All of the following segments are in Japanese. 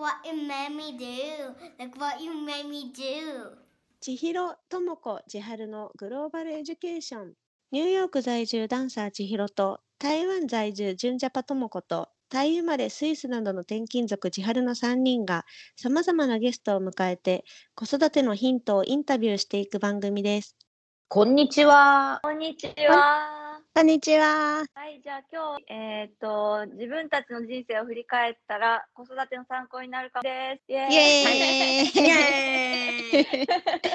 what you made me do. Look what you made me do. 千尋智子千春のグローバルエデュケーション。ニューヨーク在住ダンサー千尋と台湾在住純ジャパ智子とタイ生まれスイスなどの転勤族千春の3人がさまざまなゲストを迎えて子育てのヒントをインタビューしていく番組です。 こんにちは。 こんにちは。 こんにちは。 はい、じゃあ今日、自分たちの人生を振り返ったら子育ての参考になるかもです。イエーイ。 イエーイ。 イエーイ。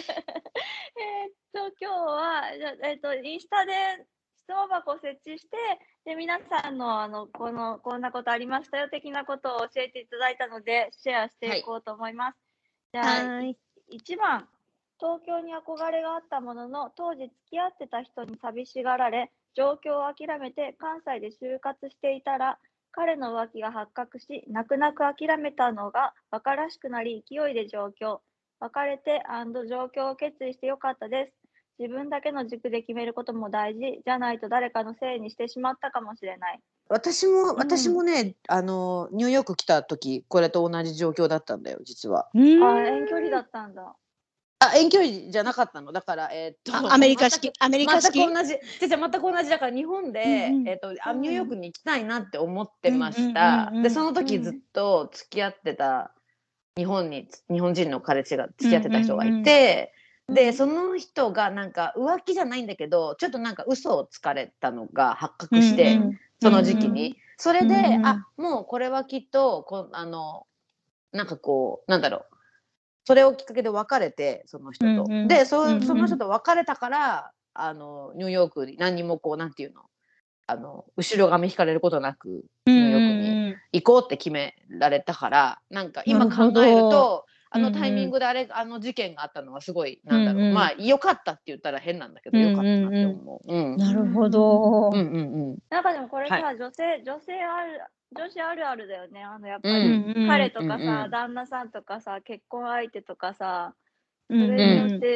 今日はインスタで質問箱を設置して、で皆さんのこんなことありましたよ的なことを教えていただいたのでシェアしていこうと思います。じゃあ1番。東京に憧れがあったものの、当時付き合ってた人に寂しがられ、状況を諦めて関西で就活していたら、彼の浮気が発覚し、泣く泣く諦めたのが馬鹿らしくなり、勢いで上京。別れて上京を決意してよかったです。自分だけの軸で決めることも大事じゃないと誰かのせいにしてしまったかもしれない。 私もね、ニューヨーク来た時、これと同じ状況だったんだよ、実は。 遠距離だったんだ。 遠距離じゃなかったの。だからアメリカ式。 全く同じ。全く同じだから日本で、ニューヨークに行きたいなって思ってました。でその時ずっと付き合ってた日本人の彼氏が付き合ってた人がいて、でその人がなんか浮気じゃないんだけど、ちょっとなんか嘘をつかれたのが発覚して、その時期に、それで、もうこれはきっとなんかこうなんだろう。それをきっかけで別れて、その人と、でその人と別れたからニューヨークに何にもこうなんていうの後ろ髪引かれることなくニューヨークに行こうって決められたから、なんか今考えるとタイミングで事件があったのはすごいなんだろう、まあ良かったって言ったら変なんだけど良かったなって思う。 なるほど。 なんかでもこれさ、女子あるあるだよね。やっぱり、彼とかさ、旦那さんとかさ、結婚相手とかさ、それによって、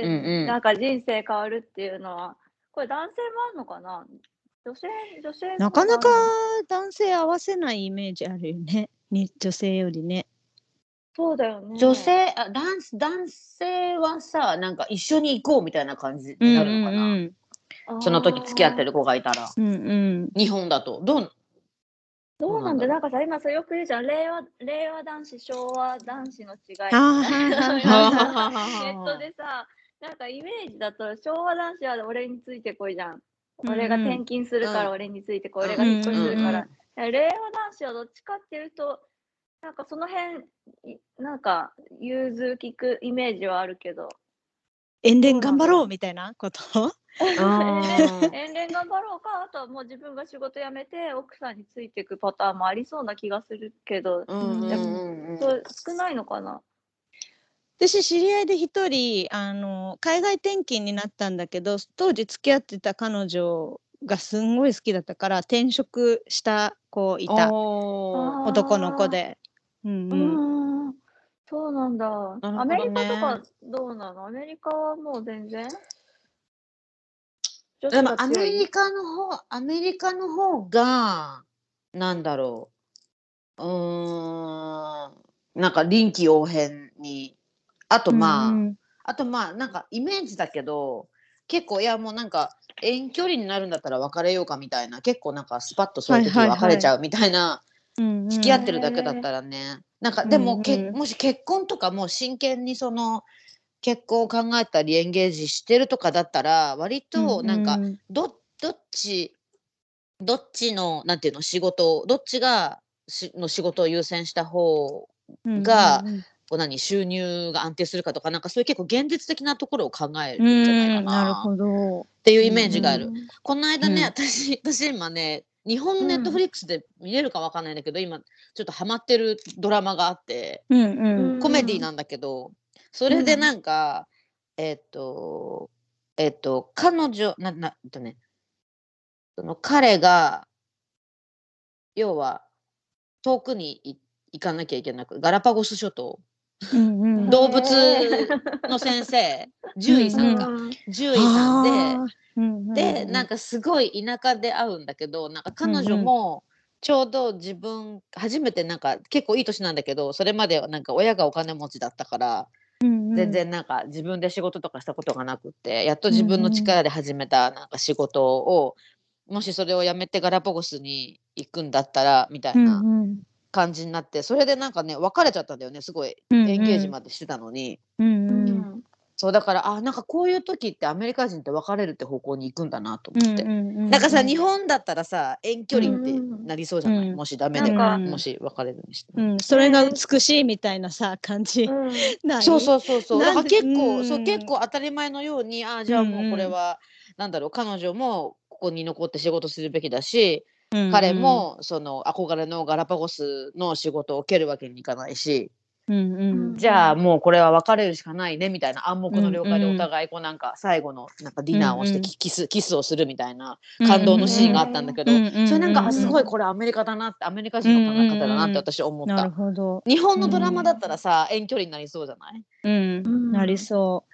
なんか人生変わるっていうのは、これ男性もあるのかな？女性なかなか男性合わせないイメージあるよね。女性よりね。 そうだよね。 男性はさ、なんか一緒に行こうみたいな感じになるのかな。その時付き合ってる子がいたら。日本だとどうなんだ。なんかさ、今さよく言うじゃん。令和男子、昭和男子の違い。ネットでさ、なんかイメージだと昭和男子は俺についてこいじゃん。俺が転勤するから俺についてこい。俺が引っ越しするから。令和男子はどっちかっていうと、なんかその辺なんか融通きくイメージはあるけど。 遠恋頑張ろうみたいなこと？ 遠恋頑張ろうか、あとはもう自分が仕事辞めて奥さんについていくパターンもありそうな気がするけど、少ないのかな。 私知り合いで一人海外転勤になったんだけど、当時付き合ってた彼女がすんごい好きだったから転職した子いた。男の子で。 そうなんだ。アメリカとかどうなの？アメリカはもう全然。 でもアメリカの方がなんだろう、なんか臨機応変に、あとまあなんかイメージだけど、結構いやもうなんか遠距離になるんだったら別れようかみたいな、結構なんかスパッとそういう時別れちゃうみたいな、付き合ってるだけだったらね、なんかでももし結婚とかもう真剣にその結婚を考えたりエンゲージしてるとかだったら、割となんかどっちのなんていうの仕事、どっちがの仕事を優先した方が収入が安定するかとか、なんかそういう結構現実的なところを考えるんじゃないかなっていうイメージがある。この間ね、私今ね、日本ネットフリックスで見れるかわかんないんだけど、今ちょっとハマってるドラマがあって、コメディなんだけど、それでなんか、彼女その彼が要は遠くに行かなきゃいけなく、ガラパゴス諸島、動物の先生、獣医さんで、でなんかすごい田舎で会うんだけど、なんか彼女もちょうど自分初めてなんか結構いい年なんだけど、それまではなんか親がお金持ちだったから、全然なんか自分で仕事とかしたことがなくって、やっと自分の力で始めたなんか仕事を、もしそれを辞めてガラパゴスに行くんだったらみたいな感じになって、それでなんかね、別れちゃったんだよね、すごいエンゲージまでしてたのに。そうだから、なんかこういう時ってアメリカ人って別れるって方向に行くんだなと思って。なんかさ、日本だったらさ、遠距離ってなりそうじゃない、もしダメで、もし別れるにしても。 それが美しいみたいなさ感じない？ そうそうそうそう。だから結構、 うんそう結構当たり前のように、じゃあもうこれは、なんだろう、彼女もここに残って仕事するべきだし、彼もその憧れのガラパゴスの仕事を蹴るわけにいかないし、じゃあもうこれは別れるしかないねみたいな暗黙の了解でお互いこうなんか最後のなんかディナーをしてキスをするみたいな感動のシーンがあったんだけど、それなんかすごいこれアメリカだなって、アメリカ人の考え方だなって私思っなるた。 ほど。 日本のドラマだったらさ、遠距離になりそうじゃない？ なりそう。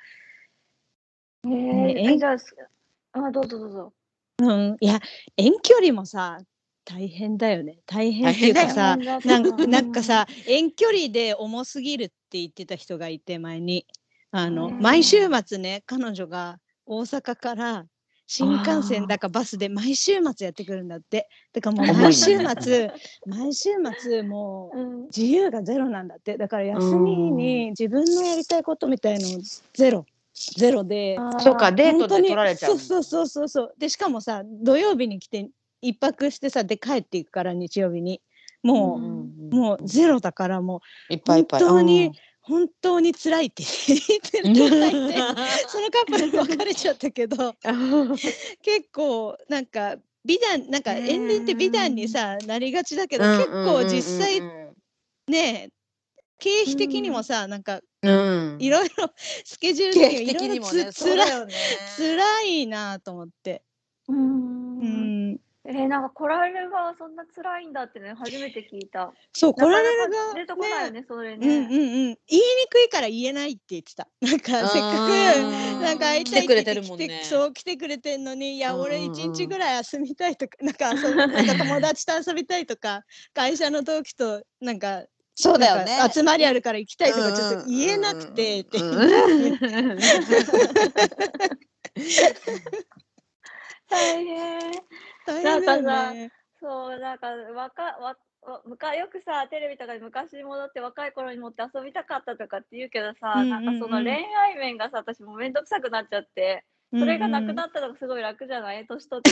じゃあ、どうぞどうぞ。 いや、遠距離もさ、大変だよね。大変っていうかさ、なんかさ、遠距離で重すぎるって言ってた人がいて、前に。毎週末ね、彼女が大阪から新幹線だかバスで毎週末やってくるんだって。だからもう毎週末もう自由がゼロなんだって。だから休みに自分のやりたいことみたいのゼロで、 そうか、デートで取られちゃう。 そうで、しかもさ、土曜日に来て一泊してさ、で帰っていくから、日曜日にもうゼロだから、もう本当に辛いって言ってる人がいて、そのカップル別れちゃったけど結構なんか美談、なんかエンディングって美談にさなりがちだけど、結構実際ね、経費的にもさ、なんかいろいろスケジュール的にいろいろ辛いなと思って。 なんか来られる側そんな辛いんだってね、初めて聞いた。 そう、来られる側出てこないよね、それね。 言いにくいから言えないって言ってた。なんかせっかくなんか会いたいって言って来てくれてんのに、いや俺1日ぐらい休みたいとか、なんか友達と遊びたいとか、会社の同期となんかそうだよね、 集まりあるから行きたいとかちょっと言えなくてって大変なんかさ、そうなんかよくさテレビとかで昔に戻って若い頃にもって遊びたかったとかって言うけどさ、なんかその恋愛面がさ、私もめんどくさくなっちゃって、それがなくなったのがすごい楽じゃない？年取って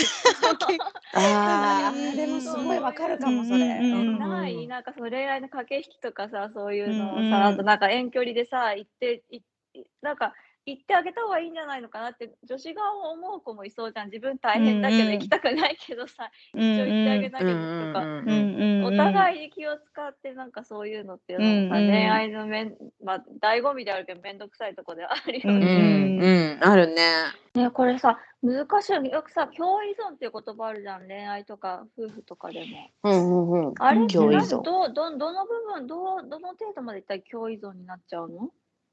でもすごいわかるかも、それ。 なんかその恋愛の駆け引きとかさ、そういうのをさ、あとなんか遠距離でさなんか行ってあげた方がいいんじゃないのかなって女子側も思う子もいそうじゃん。自分大変だけど行きたくないけどさ、一応行ってあげなきゃとか、お互いに気を使ってなんかそういうのっていうのもさ、恋愛の醍醐味であるけどめんどくさいとこではあるよね。 あるね。 ね、これさ難しいよね。よくさ共依存っていう言葉あるじゃん、恋愛とか夫婦とかでも。あれってどの部分どの程度までいったら共依存になっちゃうの？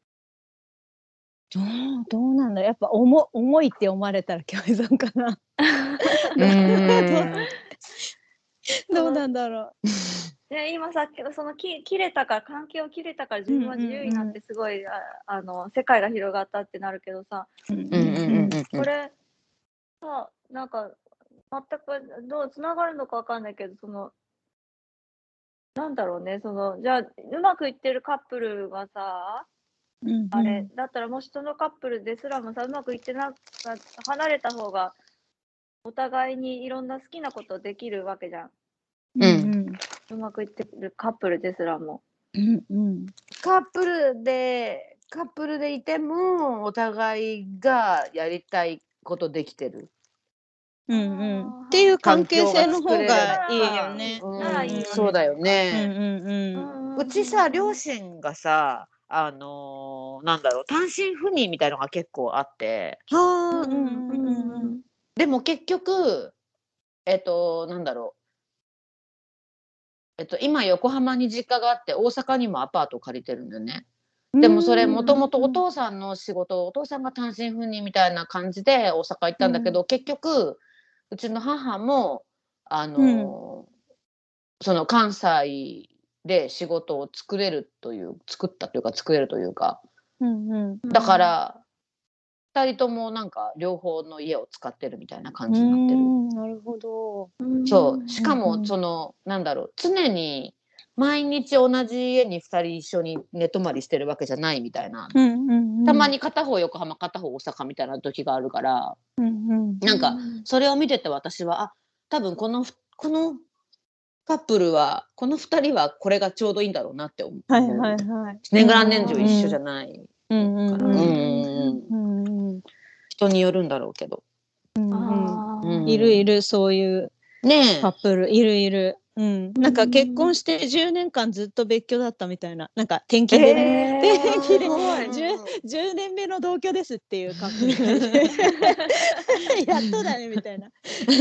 どうなんだ、やっぱ重いって思われたら共依存かな。どうなんだろう。 今さその関係を切れたから自分は自由になってすごい世界が広がったってなるけどさ、これさなんか全くどうつながるのかわかんないけど、そのなんだろうね、そのじゃあうまくいってるカップルがさ、あれだったらもしそのカップルですらもさうまくいってなく離れた方がお互いにいろんな好きなことできるわけじゃん。うまくいってるカップルですらも。 カップルでいてもお互いがやりたいことできてる。 っていう関係性の方がいいよね。 そうだよね。うちさ両親がさなんだろう、単身赴任みたいのが結構あって、でも結局なんだろう、今横浜に実家があって大阪にもアパートを借りてるんだよね。でもそれもともとお父さんの仕事、お父さんが単身赴任みたいな感じで大阪行ったんだけど、結局うちの母もその関西で仕事を作ったというか作れるというか、だから2人ともなんか両方の家を使ってるみたいな感じになってる。 なるほど。 そうしかもそのなんだろう、常に毎日同じ家に2人一緒に寝泊まりしてるわけじゃないみたいな、たまに片方横浜片方大阪みたいな時があるから、なんかそれを見てて私は多分このカップルはこの2人はこれがちょうどいいんだろうなって思う。年がら年中一緒じゃないから、人によるんだろうけど、 いるそういうカップルいる。なんか結婚して10年間ずっと別居だったみたいな、なんか転勤でね、10年目の同居ですっていうカップルがいてやっとだねみたいな。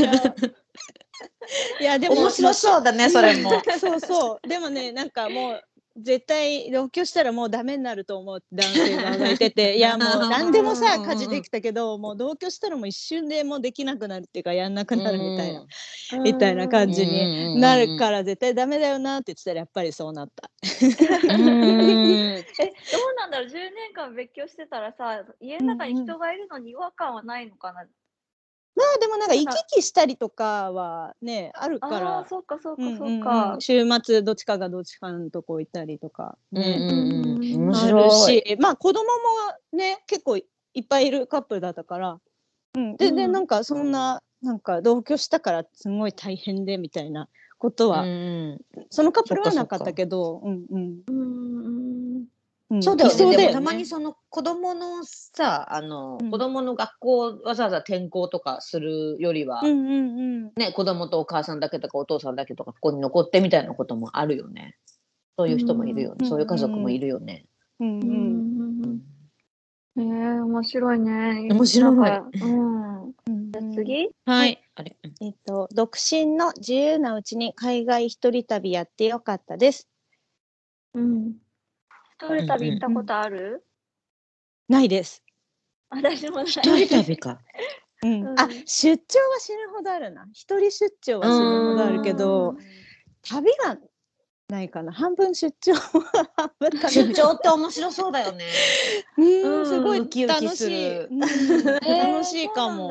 いやでも面白そうだねそれも。 そうでもね、なんかもう絶対同居したらもうダメになると思う男性側がいてていやもう何でもさ家事できたけど、もう同居したらもう一瞬でもうできなくなるっていうかやんなくなるみたいな感じになるから絶対ダメだよなって言ってたらやっぱりそうなった。 どうなんだろう、10年間別居してたらさ、家の中に人がいるのに違和感はないのかな。 まあでもなんか行き来したりとかはねあるから、 そうか週末どっちかがどっちかのとこ行ったりとか、 面あ白いるし、まあ子供もね結構いっぱいいるカップルだったから、全然なんかそんななんか同居したからすごい大変でみたいなことは、そのカップルはなかったけど、 そうだよね。でもたまにその子供のさ、子供の学校わざわざ転校とかするよりは、ね、子供とお母さんだけとかお父さんだけとかここに残ってみたいなこともあるよね。そういう人もいるよね。そういう家族もいるよね。 面白いね。 面白い。 じゃあ次。 はい。独身の自由なうちに海外一人旅やってよかったです。 一人旅行ったことある？ ないです。 私もない。 一人旅か。 出張は死ぬほどあるな。一人出張は死ぬほどあるけど、旅がないかな。半分出張出張って面白そうだよね。 すごい楽しい。楽しいかも。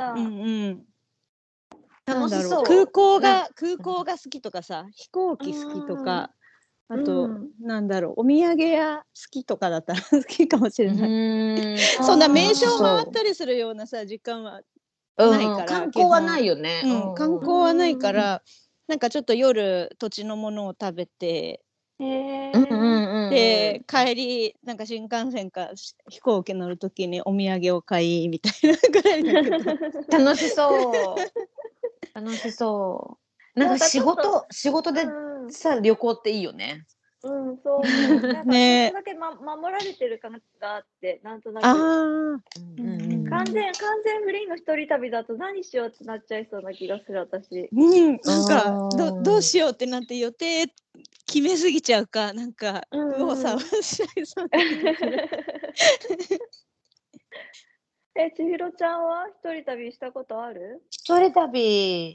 なんだろう。空港が好きとかさ、飛行機好きとか。あと、なんだろう、お土産屋好きとかだったら好きかもしれない。そんな名所を回ったりするようなさ時間はないから、 観光はないよね。 観光はないから、なんかちょっと夜土地のものを食べて、で帰りなんか新幹線か飛行機乗るときにお土産を買いみたいなぐらいだけど楽しそう。なんか仕事でさ旅行っていいよね。 そうなんかちょっとだけ守られてる感があってなんとなく。完全フリーの一人旅だと何しようってなっちゃいそうな気がする私。 なんかどうしようってなって予定決めすぎちゃうかなんか右往左往しちゃいそうな気がする。 千尋ちゃんは一人旅したことある？ 一人旅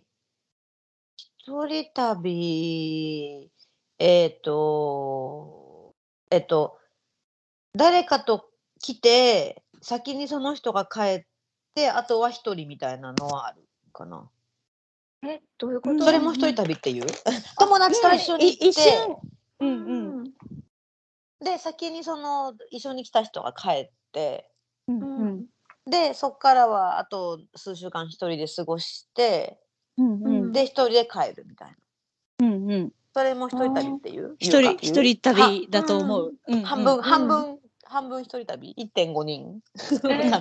誰かと来て先にその人が帰ってあとは一人みたいなのはあるかな。 どういうこと？ それも一人旅っていう？友達と一緒に行って、で先にその一緒に来た人が帰って、でそっからはあと数週間一人で過ごして、で一人で帰るみたいな。それも一人旅っていう？ 一人旅だと思う。 半分一人旅 1.5 人。 その一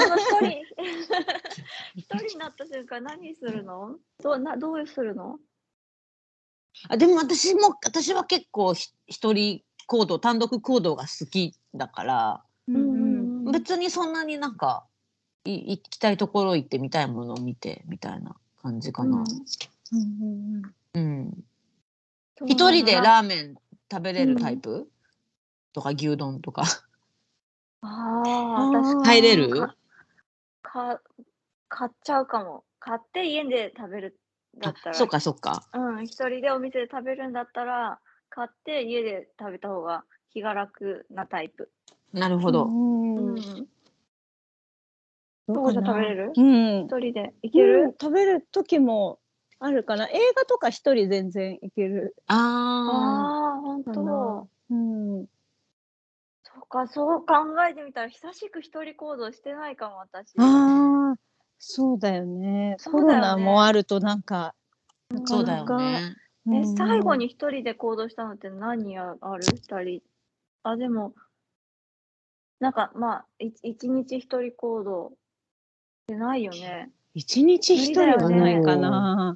人になった瞬間何するの？どうするの？ でも私は結構一人行動単独行動が好きだから、別にそんなになんか行きたいところ行ってみたいものを見てみたいな感じかな。一人でラーメン食べれるタイプ、とか牛丼とか入れる？ 買っちゃうかも。買って家で食べるだったら、 そうかそうか。 一人でお店で食べるんだったら、買って家で食べた方が気が楽なタイプ。 なるほど。 とこちゃん食べれる？一人でいける？ 食べる時もあるかな。映画とか一人全然いける。 本当。そうか、そう考えてみたら久しく一人行動してないかも、私。 そうだよね。コロナもあるとなんか、なかなか。 最後に一人で行動したのって何ある？2人。でも、なんかまあ、一日一人行動ってないよね。 一日一人はないかな。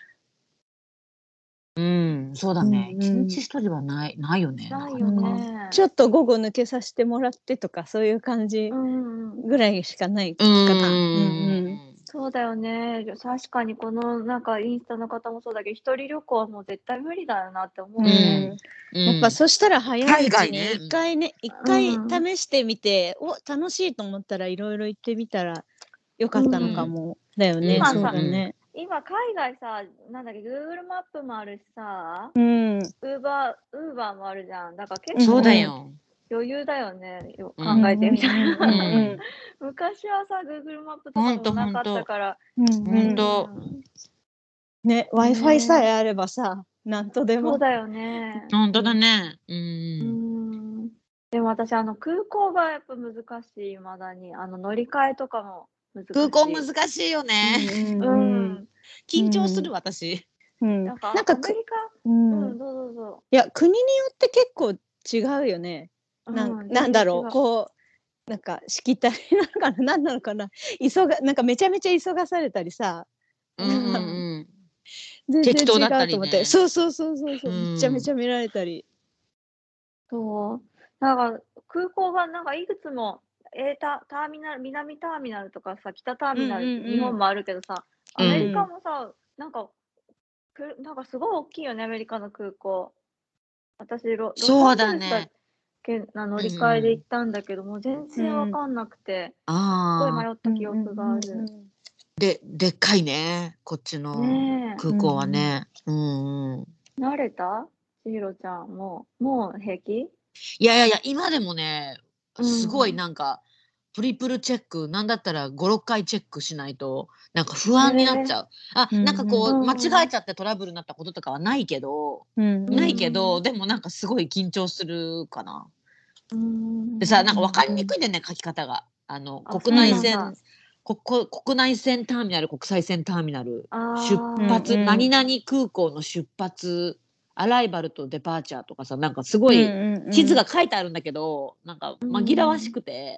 そうだね。一日一人はないよね。 ないよね。 ちょっと午後抜けさせてもらってとか、そういう感じぐらいしかないかな。 そうだよね。確かにこのなんかインスタの方もそうだけど、一人旅行はもう絶対無理だよなって思うね。 やっぱそしたら早いうちに一回試してみて、楽しいと思ったらいろいろ行ってみたらよかったのかも。だよね。そうだね。 今海外さ、なんだっけ、Google マップもあるしさ、Uber もあるじゃん。だから結構そうだよ。 余裕だよね。考えてみたら。昔はさ、Google マップとかもなかったから。 本当。 ね、Wi-Fi さえあればさ、なんとでも。 そうだよね。 本当だね。 でも私、空港がやっぱ難しい、まだに。乗り換えとかも難しい。 空港難しいよね。緊張する、私。 なんかアメリカ、どうぞ。 いや、国によって結構違うよね。なんだろう、こう、なんか、しきたりなのかな、なんなのかな。なんかめちゃめちゃ急がされたりさ。全然違うと思って。そう。めちゃめちゃ見られたり。 そう。なんか空港がなんかいくつも、ターミナル、南ターミナルとかさ、北ターミナル、日本もあるけどさ、アメリカもさ、なんかすごい大きいよね、アメリカの空港。私、 そうだね。 乗り換えで行ったんだけども、全然わかんなくて、すごい迷った記憶がある。 でっかいね、こっちの空港はね。 慣れた？千尋ちゃん、もう平気？ いや、今でもね、すごいなんか、トリプルチェック、なんだったら5、6回チェックしないと、なんか不安になっちゃう。なんかこう、間違えちゃってトラブルになったこととかはないけど、でもなんかすごい緊張するかな。でさ、なんか分かりにくいんだよね、書き方が。国内線ターミナル、国際線ターミナル、出発、何々空港の出発、アライバルとデパーチャーとかさ、なんかすごい地図が書いてあるんだけど、なんか紛らわしくて、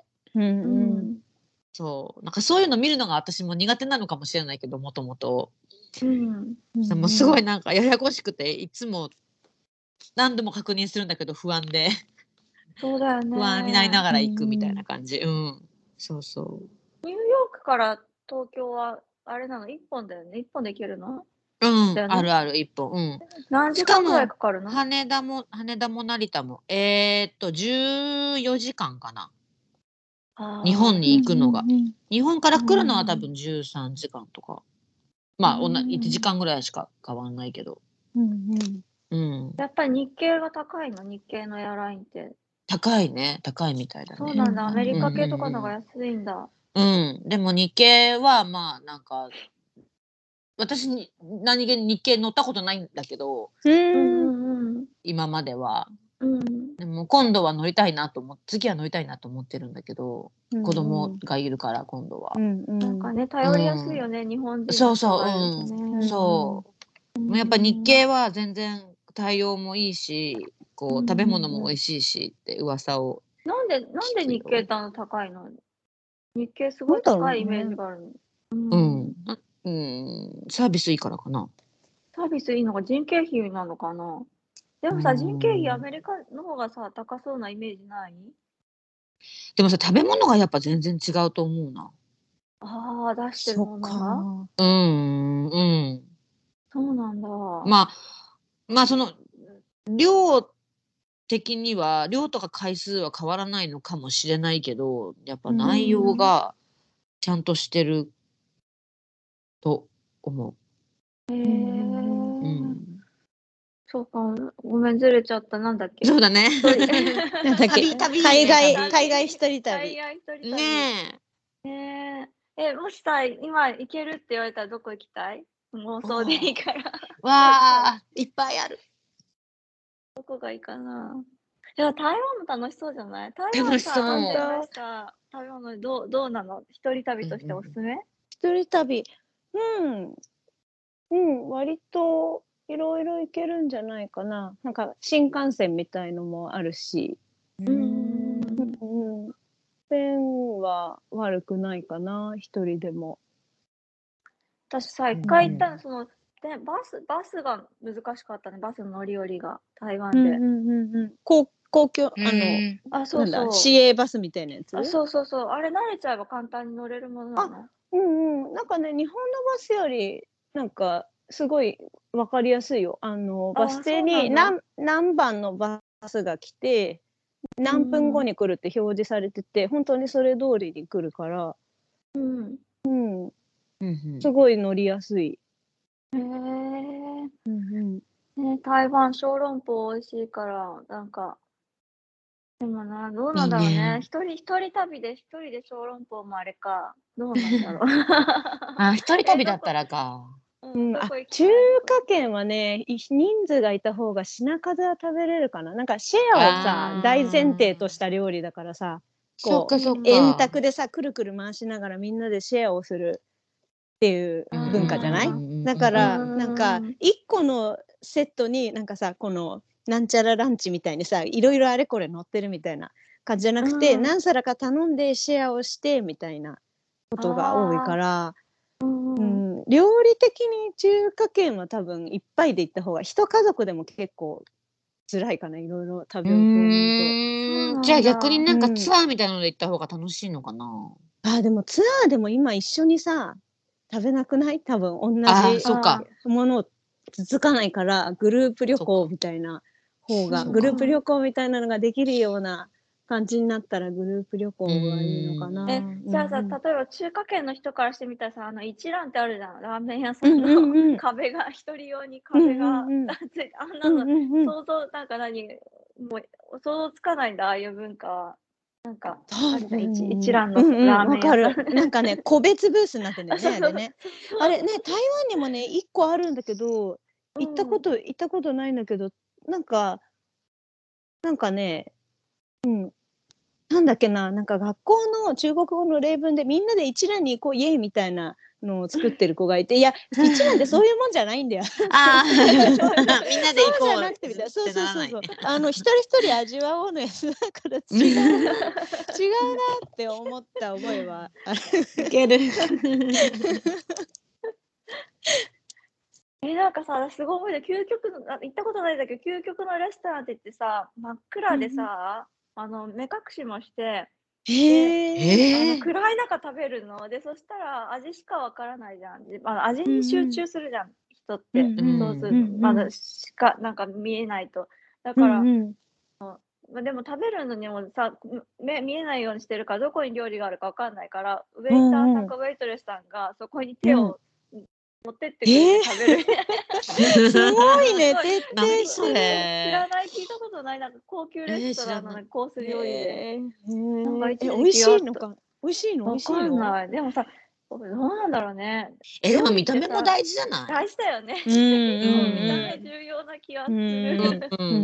そう、なんかそういうの見るのが私も苦手なのかもしれないけど、もともと。でもすごいなんかややこしくて、いつも何度も確認するんだけど不安で。 そうだよね。 不安になりながら行くみたいな感じ。そうそう。 ニューヨークから東京はあれなの1本だよね。1本で行けるの？ あるある1本。 何時間くらいかかるの？ 羽田も成田も14時間かな。日本に行くのが。日本から来るのは多分13時間とか。まあ1時間ぐらいしか変わんないけど。 やっぱり日系が高いの？日系のエアラインって。 高いね。高いみたいだね。 そうなんだ。アメリカ系とかの方が安いんだ。 でも日系はまあなんか、私に何気に日系乗ったことないんだけど、今までは。でも今度は乗りたいなと次は乗りたいなと思ってるんだけど、子供がいるから今度は。 なんかね、頼りやすいよね、日本人の人がいるとね。 そう。やっぱ日系は全然対応もいいし、こう食べ物も美味しいしって噂を。 なんで日系って高いの？日系すごい高いイメージがあるの。 サービスいいからかな。 サービスいいのか、人件費なのかな。でもさ、人件費アメリカの方がさ、高そうなイメージない？ でもさ、食べ物がやっぱ全然違うと思うな。 出してるものが？そうなんだ。 まあその量的には量とか回数は変わらないのかもしれないけど、やっぱ内容がちゃんとしてると思う。 そうか、ごめんずれちゃった。なんだっけ。 そうだね。 なんだっけ、 旅海外一人海旅。 外一人旅。 ねもしさ、今行けるって言われたらどこ行きたい？妄想でいいから。 わあ、いっぱいある。 どこがいいかな。いや、台湾も楽しそうじゃない？台湾楽しそうさ、なんでさ、食べ物どうなの？一人旅としておすすめ？ 一人旅、割といろいろ行けるんじゃないかな。なんか新幹線みたいのもあるし、線は悪くないかな、一人でも。 私さ、一回行ったの、バスが難しかったね。バスの乗り降りが台湾で。 公共そうそう。 市営バスみたいなやつ。 そうそうそう。あれ慣れちゃえば簡単に乗れるものなの？ なんかね、日本のバスよりなんかすごいわかりやすいよ。バス停に何番のバスが来て何分後に来るって表示されてて、本当にそれ通りに来るから、すごい乗りやすい。 台湾小籠包美味しいからなんか。でもな、どうなんだろうね。一人旅で小籠包もあれか。どうなんだろう。 一人旅だったらか。 中華圏はね、人数がいた方が品数は食べれるかな。なんかシェアをさ、大前提とした料理だからさ、こう円卓でさ、くるくる回しながらみんなでシェアをするっていう文化じゃない？だからなんか1個のセットになんかさ、このなんちゃらランチみたいにさ、いろいろあれこれ乗ってるみたいな感じじゃなくて、何皿か頼んでシェアをしてみたいなことが多いから、料理的に中華圏は多分いっぱいで行った方が、一家族でも結構辛いかな、いろいろ食べようと思うと。 じゃあ逆になんかツアーみたいなので行った方が楽しいのかな。 でもツアーでも今一緒にさ食べなくない？多分同じものを続かないから、グループ旅行みたいな方が、グループ旅行みたいなのができるような感じになったらグループ旅行がいいのかな。 じゃあさ、例えば中華圏の人からしてみたらさ、一蘭ってあるじゃん。ラーメン屋さんの壁が、一人用に壁がついて、あんなの想像、なんかもう想像つかないんだ、ああいう文化は。なんか、あるじゃん、一蘭のラーメン屋さん。 なんかね、個別ブースになってんだよね、あれね。あれね、台湾にもね、1個あるんだけど、行ったことないんだけど、なんかね、なんだっけな、なんか学校の中国語の例文でみんなで一蘭に行こうイエイみたいなのを作ってる子がいて、いや、一蘭ってそういうもんじゃないんだよ。みんなで行こう。そうじゃなくてみたいな。そう。一人一人味わおうのやつだから違うなって思った覚えはある。 いける。 なんかさ、すごい究極の、行ったことないんだけど、究極のレストランって言ってさ、真っ暗でさ、目隠しもして、暗い中食べるので、そしたら味しかわからないじゃん。味に集中するじゃん、人って。そうするなんか見えないと。だから、でも食べるのにもさ、見えないようにしてるから、どこに料理があるかわかんないから、ウェイターさんかウェイトレスさんがそこに手を持ってってくれて食べる。 すごいね、徹底して知らない、聞いたことない、なんか高級レストランのコース料理で。なんか美味しいのか？美味しいの？ わかんない。でもさ、どうなんだろうね。 でも見た目も大事じゃない？ 大事だよね。見た目重要な気がする。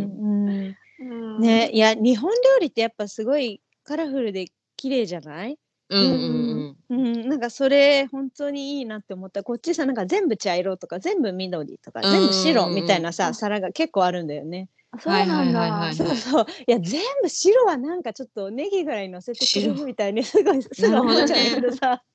ね、いや、日本料理ってやっぱすごいカラフルで綺麗じゃない？なんかそれ本当にいいなって思った。こっちさ、なんか全部茶色とか全部緑とか全部白みたいなさ、皿が結構あるんだよね。 そうなんだ。 そう。いや、全部白はなんかちょっとネギぐらい乗せてくれるみたいにすごい思っちゃうんだけどさ。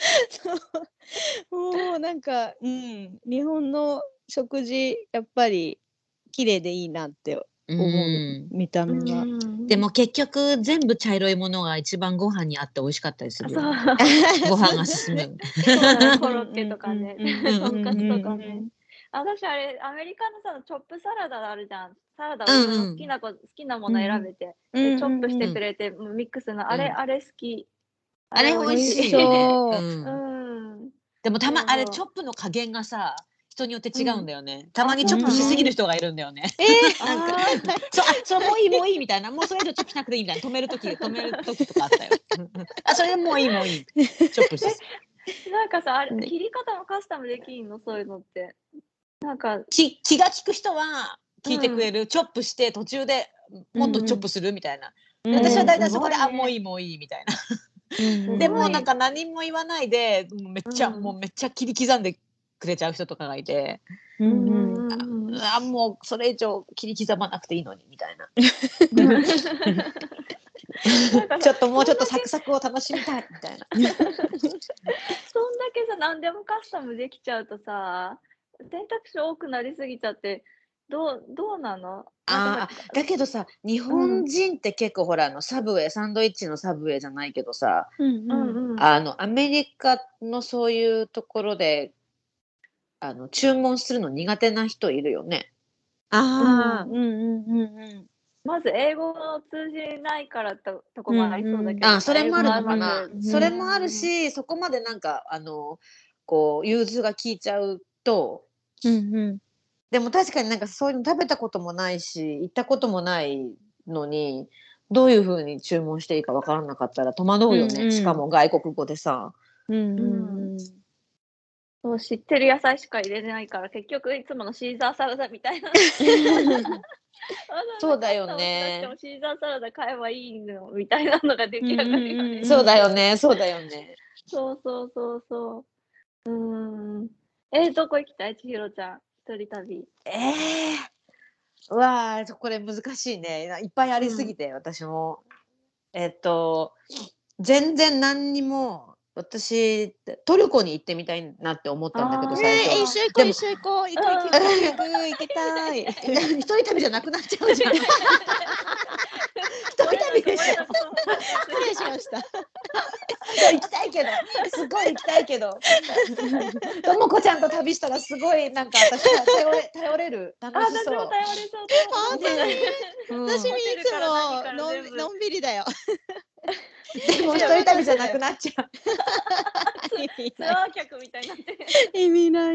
もうなんか、日本の食事やっぱり綺麗でいいなって思う、見た目は。 でも結局全部茶色いものが一番ご飯にあって美味しかったりするよね。ご飯が進む。 コロッケとかね、とんかつとかね。私あれアメリカのさ、チョップサラダあるじゃん。サラダを好きなもの選べて、チョップしてくれてミックスのあれ好き。 あれ美味しい。でもあれチョップの加減がさ、一人によって違うんだよね。たまにチョップしすぎる人がいるんだよね。なんかそれもういいみたいな、もうそれ以上チョップしなくていいみたいな、止める時とかあったよ。それでもういいチョップして。 なんかさ、あれ切り方もカスタムできんの、そういうのって。なんか気が利く人は聞いてくれる、チョップして途中でもっとチョップするみたいな。私は大体そこでもういいみたいな。でもなんか何も言わないでめっちゃ切り刻んでくれちゃう人とかがいて、もうそれ以上切り刻まなくていいのにみたいな。ちょっともうちょっとサクサクを楽しみたいみたいな。 そんだけさ、何でもカスタムできちゃうとさ、選択肢多くなりすぎちゃってどうなの？ だけどさ、日本人って結構ほらサブウェイ、サンドイッチのサブウェイじゃないけどさ、アメリカのそういうところで注文するの苦手な人いるよね。 まず英語を通じないからとこもありそうだけど、 それもあるのかな。それもあるし、そこまでなんかこう融通が効いちゃうと、でも確かになんかそういうの食べたこともないし行ったこともないのにどういう風に注文していいか分からなかったら戸惑うよね。しかも外国語でさ。 そう知ってる野菜しか入れないから結局いつものシーザーサラダみたいな。 そうだよね。 シーザーサラダ買えばいいのみたいなのが出来上がるよね。 そうだよね。 そう。どこ行きたい？千尋ちゃん、一人旅。 うわー、これ難しいね。いっぱいありすぎて、私も。全然何にも私トルコに行ってみたいなって思ったんだけど最初。 一緒行こう行きたい。 一人旅じゃなくなっちゃうじゃん。一人旅でしょ。 失礼しました。 行きたいけど、すごい行きたいけど、ともこちゃんと旅したらすごいなんか私は頼れる、楽しそう。 私も頼れそう。 本当に。私もいつものんびりだよ。 でも一人旅じゃなくなっちゃう。 ツアー客みたいになって。 意味ない。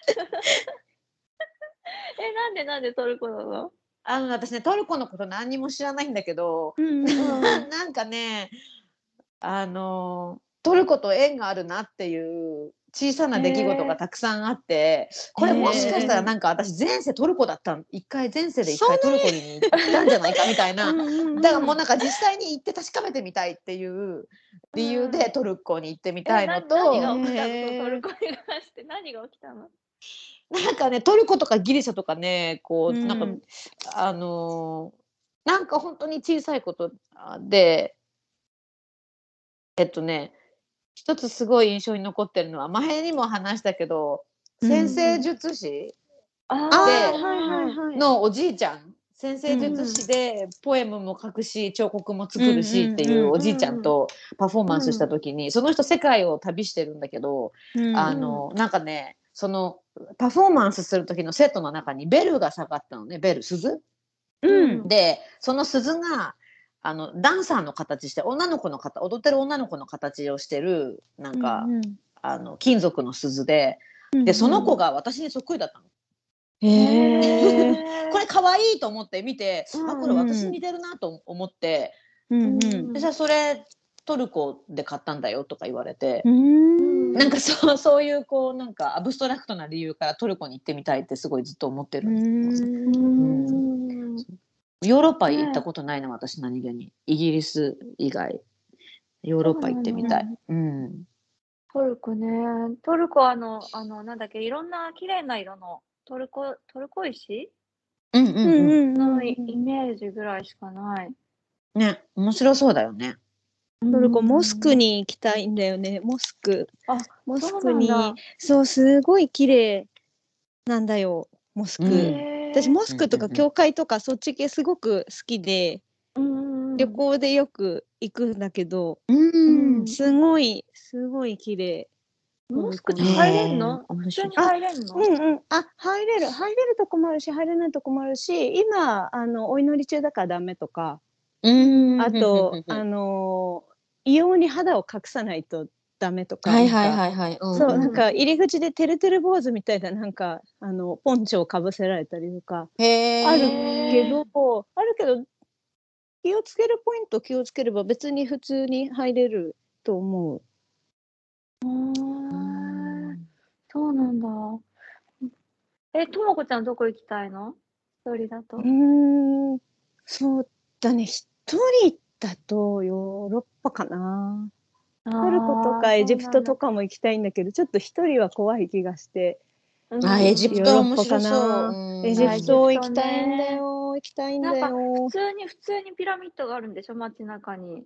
なんでトルコなの？ 私ねトルコのこと何にも知らないんだけど、なんかねトルコと縁があるなっていう小さな出来事がたくさんあって、これもしかしたらなんか私前世トルコだった前世で一回トルコに行ったんじゃないかみたいな。だからもうなんか実際に行って確かめてみたいっていう理由でトルコに行ってみたいのと、 何が起きたの？トルコに関して何が起きたの？ なんかねトルコとかギリシャとかねこうなんかなんか本当に小さいことで一つすごい印象に残ってるのは前にも話したけど占星術師のおじいちゃん、占星術師でポエムも書くし彫刻も作るしっていうおじいちゃんとパフォーマンスした時にその人世界を旅してるんだけど、なんかねそのパフォーマンスする時のセットの中にベルが下がったのね。鈴、でその鈴がダンサーの形して踊ってる女の子の形をしてるなんか、金属の鈴で、その子が私にそっくりだったの。これ可愛いと思って見て、これ私に似てるなと思って、じゃあそれトルコで買ったんだよとか言われて、なんかそういうこうなんかアブストラクトな理由からトルコに行ってみたいってすごいずっと思ってるんです。ヨーロッパ行ったことないの、私何気にイギリス以外ヨーロッパ行ってみたい。 トルコね。トルコなんだっけ、いろんな綺麗な色のトルコ石のイメージぐらいしかない。 ね、面白そうだよね。 トルコモスクに行きたいんだよね。モスクにそうすごい綺麗なんだよモスク。私モスクとか教会とかそっち系すごく好きで、旅行でよく行くんだけど、すごい綺麗。 モスクに入れんの？普通に入れんの？ 入れるとこもあるし入れないとこもあるし、今お祈り中だからダメとか、あと異様に肌を隠さないとダメとか、 はいはいはいはい。 そうなんか入り口でてるてる坊主みたいななんかポンチョをかぶせられたりとかあるけど気をつけるポイント気をつければ別に普通に入れると思う。 そうなんだ。ともこちゃんどこ行きたいの？一人だと。 そうだね。一人だとヨーロッパかな。トルコとかエジプトとかも行きたいんだけど、ちょっと一人は怖い気がして。 エジプト面白そう。 エジプト行きたいんだよ。行きたいんだよ。 なんか普通にピラミッドがあるんでしょ、街中に。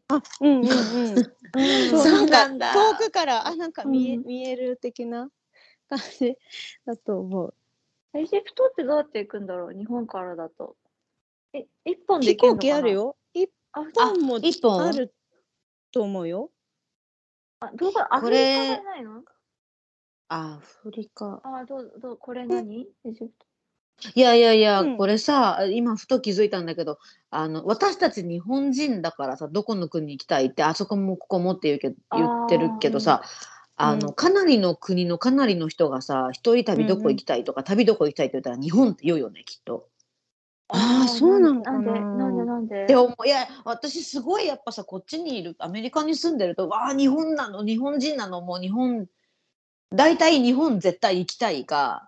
そうなんだ。遠くからなんか見える的な感じだと思う。 エジプトってどうやって行くんだろう、日本からだと。一本で行けるのかな？飛行機あるよ。一本もあると思うよ。 アフリカじゃないの？ アフリカ。 これ何？エジプト。 いや、これさ、今ふと気づいたんだけど、私たち日本人だからさ、どこの国に行きたいって、あそこもここもって言ってるけどさ、かなりの国のかなりの人がさ、一人旅どこ行きたいとか、旅どこ行きたいって言ったら日本って言うよね、きっと。 そうなのかな。 なんでいや、私すごいやっぱさ、こっちにいる、アメリカに住んでると、日本人なの、もう大体日本絶対行きたいか、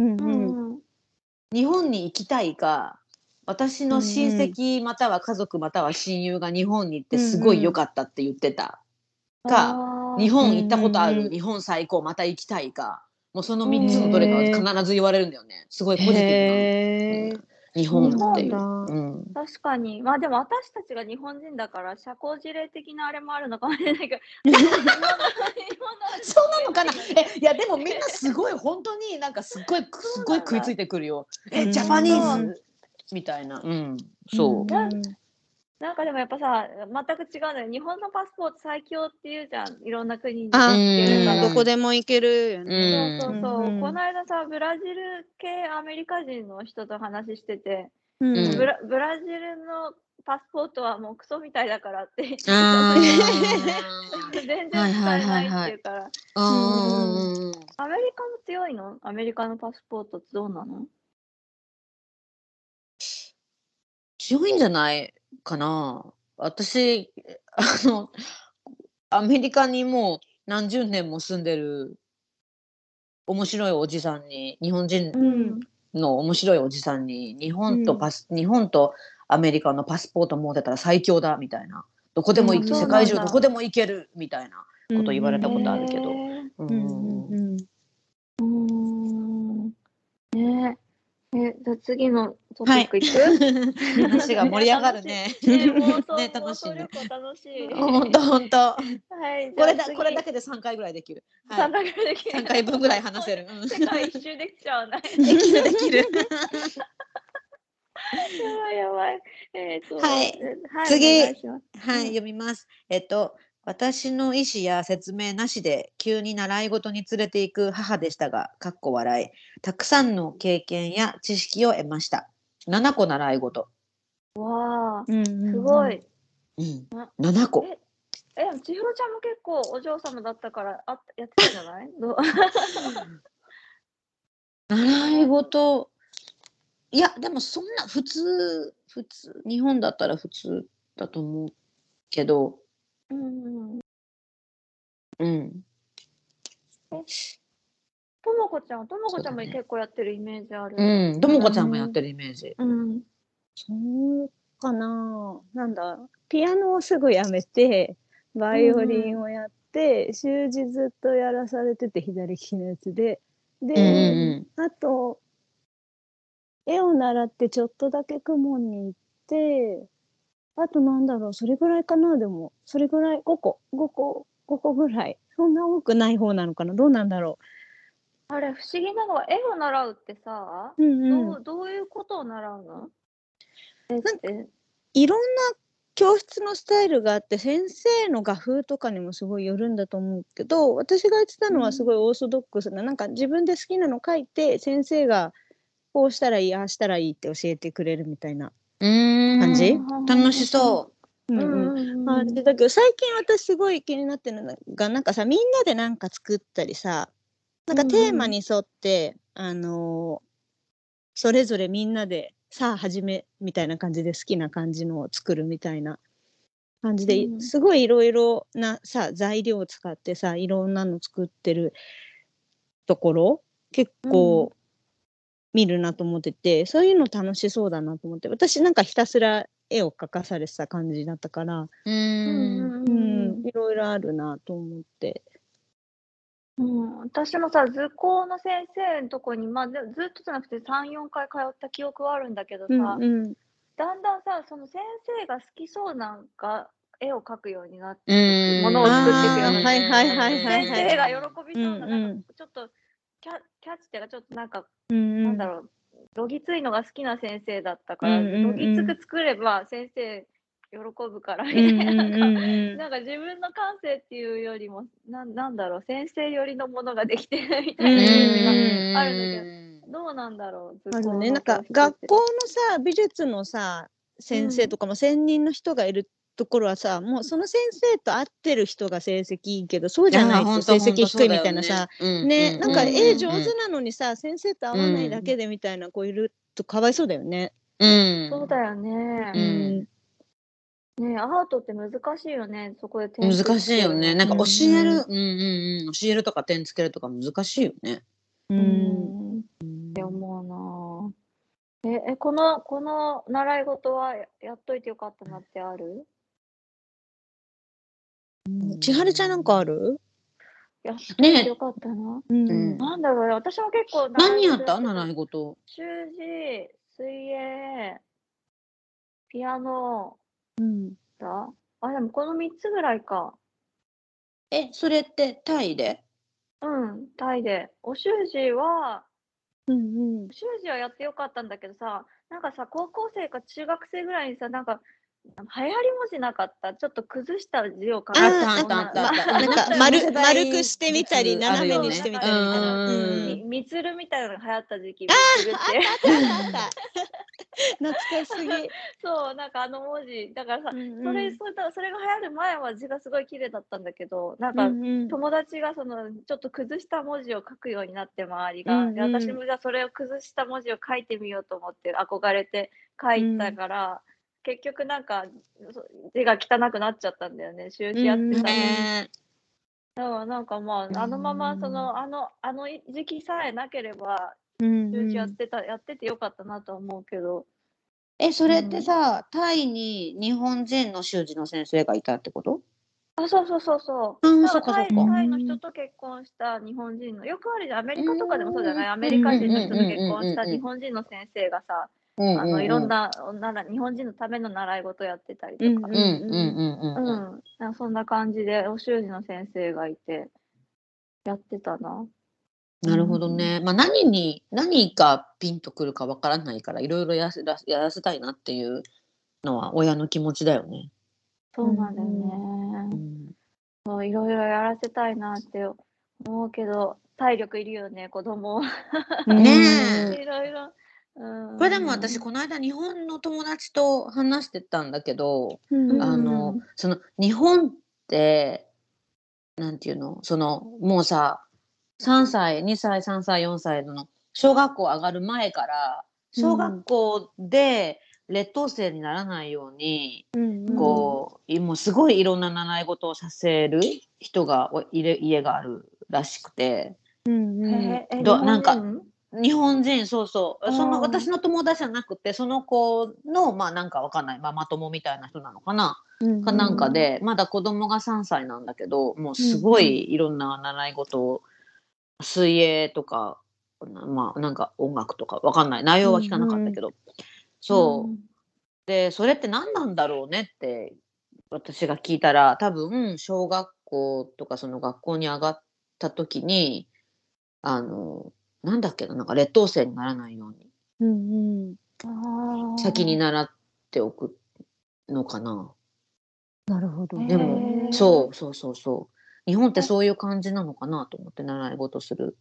日本に行きたいか、私の親戚または家族または親友が日本に行ってすごい良かったって言ってたか、日本行ったことある、日本最高また行きたいか、もうその3つのどれかは必ず言われるんだよね。すごいポジティブな。日本っていう。 確かに。まあでも私たちが日本人だから社交辞令的なあれもあるのかもしれないけど。 そうなのかな。いやでもみんなすごい本当になんかすごい食いついてくるよ。ジャパニーズみたいな。そう。 なんかでもやっぱさ、全く違うのよ。日本のパスポート最強っていうじゃん。いろんな国に行けるから。 どこでも行けるよね。 そう。この間さ、ブラジル系アメリカ人の人と話してて、ブラジルのパスポートはもうクソみたいだからって言ってた。全然使えないっていうから。アメリカも強いの？アメリカのパスポートってどうなの？ 強いんじゃないかな。私アメリカにもう何十年も住んでる面白いおじさんに、日本人の面白いおじさんに、日本とアメリカのパスポート持ってたら最強だみたいな、どこでも世界中どこでも行けるみたいなこと言われたことあるけど。 じゃあ次のトピックいく？ 話が盛り上がるね。 楽しいね。楽しい。 本当。 はい。 これだけで3回ぐらいできる。 3回ぐらいできる。 3回分ぐらい話せる。 世界一周できちゃうな。できる。 やばい。 次。読みます。私の意思や説明なしで急に習い事に連れて行く母でしたが、かっこ笑い。たくさんの経験や知識を得ました。7個習い事。 わー、すごい。 7個。 千尋ちゃんも結構お嬢様だったからやってたんじゃない？ 習い事。いや、でもそんな普通、日本だったら普通だと思うけど。 ともこちゃんも結構やってるイメージある。 ともこちゃんもやってるイメージ。 そうかな。なんだ、ピアノをすぐやめて、バイオリンをやって、習字ずっとやらされてて、左利きのやつで。で、あと、絵を習ってちょっとだけ公文に行って、あとなんだろう、それぐらいかな、でも。それぐらい、5個ぐらい。そんな多くない方なのかな、どうなんだろう。 あれ、不思議なのは、絵を習うってさ、どういうことを習うの？ いろんな教室のスタイルがあって、先生の画風とかにもすごいよるんだと思うけど、私がやってたのはすごいオーソドックスな、なんか自分で好きなの書いて、先生がこうしたらいい、ああしたらいいって教えてくれるみたいな感じ？ 楽しそう。 だけど最近私すごい気になってるのがなんかさみんなでなんか作ったりさなんかテーマに沿って、それぞれみんなでさあ始めみたいな感じで好きな感じのを作るみたいな感じで、すごいいろいろなさ材料を使ってさいろんなの作ってるところ結構見るなと思ってて、そういうの楽しそうだなと思って私なんかひたすら絵を描かされてた感じだったからいろいろあるなと思って。 私もさ図工の先生のとこに、ずっとじゃなくて3、4回通った記憶はあるんだけどさ、だんだんさその先生が好きそうな絵を描くようになっていくものを作っていくようになって先生が喜びそうななんかちょっとキャッチっていうかちょっとなんかなんだろうどぎついのが好きな先生だったから、どぎつく作れば先生喜ぶからみたいな、なんか自分の感性っていうよりもなんだろう先生寄りのものができてるみたいな感じがあるんだけど、どうなんだろう。 あるね、なんか学校のさ美術のさ先生とかも専任の人がいるところはさ、もうその先生と会ってる人が成績いいけどそうじゃないと成績低いみたいなさね、なんか絵上手なのにさ先生と会わないだけでみたいな子いるとかわいそうだよね。 そうだよね。ねアートって難しいよね。そこで点難しいよね。なんか教えるとか点つけるとか難しいよね。 って思うな。この習い事はやっといてよかったなってある？ 千春ちゃんなんかある？ やっといてよかったな。なんだろうね。私も結構何やった習い事？ 習字、水泳、ピアノだ。でもこの3つぐらいか。 それってタイで？ タイで。お習字はやってよかったんだけどさ、なんかさ、高校生か中学生ぐらいにさ、なんか流行り文字なかった？ちょっと崩した字を書く。 あった。 なんか丸くしてみたり斜めにしてみたりみたいな。 みつるみたいなのが流行った時期。 あった懐かしすぎ。 そう、なんかあの文字だからさ、それが流行る前は字がすごい綺麗だったんだけど、なんか友達がそのちょっと崩した文字を書くようになって周りが、で私もじゃあそれを崩した文字を書いてみようと思って憧れて書いたから、結局なんか字が汚くなっちゃったんだよね。習字やってたね。だからなんかままそのあの時期さえなければ習字やっててよかったなと思うけど。 それってさ、タイに日本人の習字の先生がいたってこと？ そう。タイの人と結婚した日本人のよくあるじゃん。アメリカとかでもそうじゃない？アメリカ人の人と結婚した日本人の先生がさ、いろんな日本人のための習い事やってたりとか。そんな感じでお習字の先生がいてやってたな。 なるほどね。まあ何がピンとくるかわからないからいろいろやらせたいなっていうのは親の気持ちだよね。 そうなんだよね。そういろいろやらせたいなって思うけど体力いるよね子供。 ねえ。いろいろ。 これでも私この間日本の友達と話してたんだけど、その日本ってなんていうの、そのもうさ3歳2歳3歳4歳の小学校上がる前から小学校で劣等生にならないように、こうもうすごいいろんな習い事をさせる人が家があるらしくて、なんか日本人その私の友達じゃなくてその子のなんかわかんないママ友みたいな人なのかな、かなんかでまだ子供が3歳なんだけどもうすごいいろんな習い事を水泳とかなんか音楽とかわかんない内容は聞かなかったけど、でそれって何なんだろうねって私が聞いたら多分小学校とかその学校に上がった時になんだっけな、なんか劣等生にならないように、先に習っておくのかな。 なるほど。 でもそう日本ってそういう感じなのかなと思って習い事する。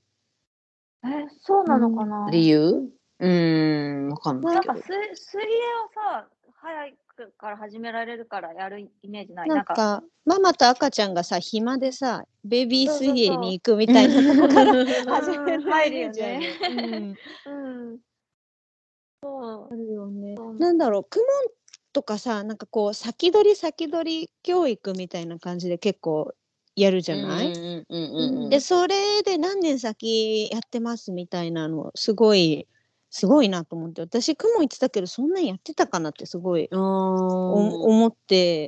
そうなのかな。 理由？わかんないけど。 なんか水泳をさ早くから始められるからやるイメージない。 なんかママと赤ちゃんがさ暇でさベビー水泳に行くみたいなとこから始めるイメージあるよね。 そうあるよね。なんだろう、クモンとかさ、なんかこう先取り教育みたいな感じで結構やるじゃない？でそれで何年先やってますみたいなのすごいなと思って、私クモン言ってたけどそんなんやってたかなってすごい思って。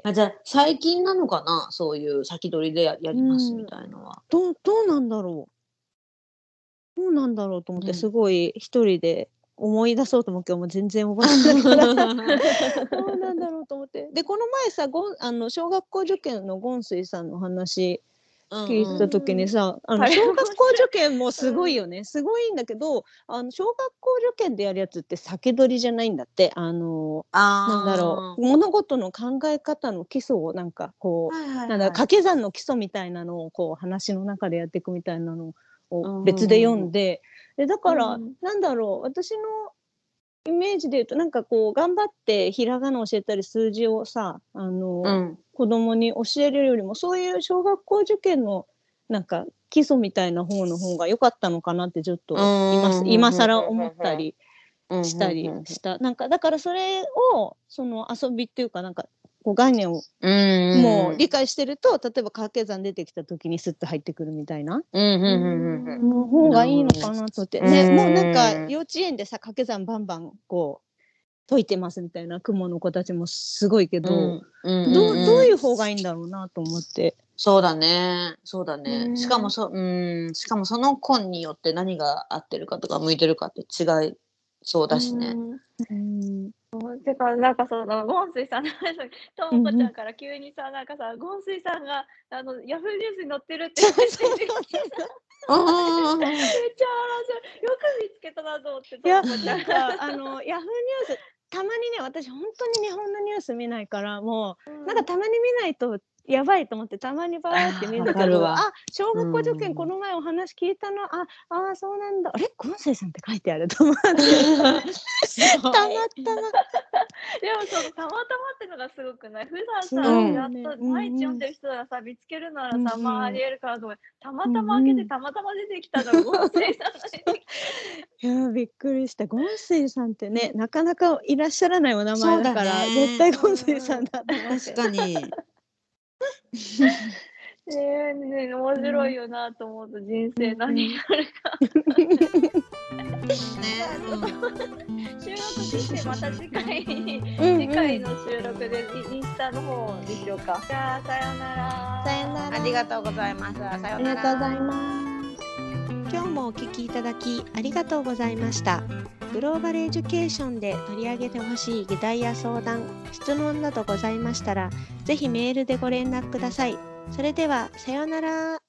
じゃあ最近なのかな、そういう先取りで やりますみたいのは。 どうなんだろうと思って、すごい一人で思い出そうと思うけども全然覚えてないからどうなんだろうと思って。でこの前さ小学校受験のゴンスイさんの話聞いた時にさ、小学校受験もすごいよね、すごいんだけど小学校受験でやるやつって先取りじゃないんだって。なんだろう、物事の考え方の基礎をなんかこう、なんだ掛け算の基礎みたいなのをこう話の中でやっていくみたいなのを別で読んで、だからなんだろう、私のイメージで言うとなんかこう頑張ってひらがな教えたり数字をさ子供に教えるよりもそういう小学校受験のなんか基礎みたいな方の方が良かったのかなってちょっと今更思ったりしたりした。なんかだからそれをその遊びっていうかなんかこう概念をもう理解してると、例えば掛け算出てきた時にスッと入ってくるみたいなの方がいいのかなと思ってね。もうなんか幼稚園でさ掛け算バンバンこう解いてますみたいな雲の子たちもすごいけど、どういう方がいいんだろうなと思って。 そうだね。しかもその子によって何が合ってるかとか向いてるかって違いそうだしね。 てかなんかそのゴンスイさんのともこちゃんから急にさ、なんかさゴンスイさんがヤフーニュースに載ってるって言ってめっちゃ面白い。よく見つけたなと思って。ともこちゃんがヤフーニュースたまにね、私本当に日本のニュース見ないからもう、なんかたまに見ないとやばいと思ってたまにバーって見るんだけど、小学校受験この前お話聞いたの、そうなんだ、あれゴンスイさんって書いてあると思ってたまたまでもそのたまたまってのがすごくない？普段さ、やっと毎日読んでる人がさ見つけるならさ、まあありえるからと思って、たまたま開けてたまたま出てきたのゴンスイさんが出てきた。 いやびっくりした。ゴンスイさんってね、なかなかいらっしゃらないお名前だから、絶対ゴンスイさんだと思って。 確かに。 面白いよなと思うと、人生何になるか。収録してまた次回の収録でインスタの方にしようか。じゃあさよなら。 さよなら。 ありがとうございます。さよなら。 ありがとうございます。今日もお聞きいただきありがとうございました。グローバルエデュケーションで取り上げてほしい議題や相談、質問などございましたら、ぜひメールでご連絡ください。それではさようなら。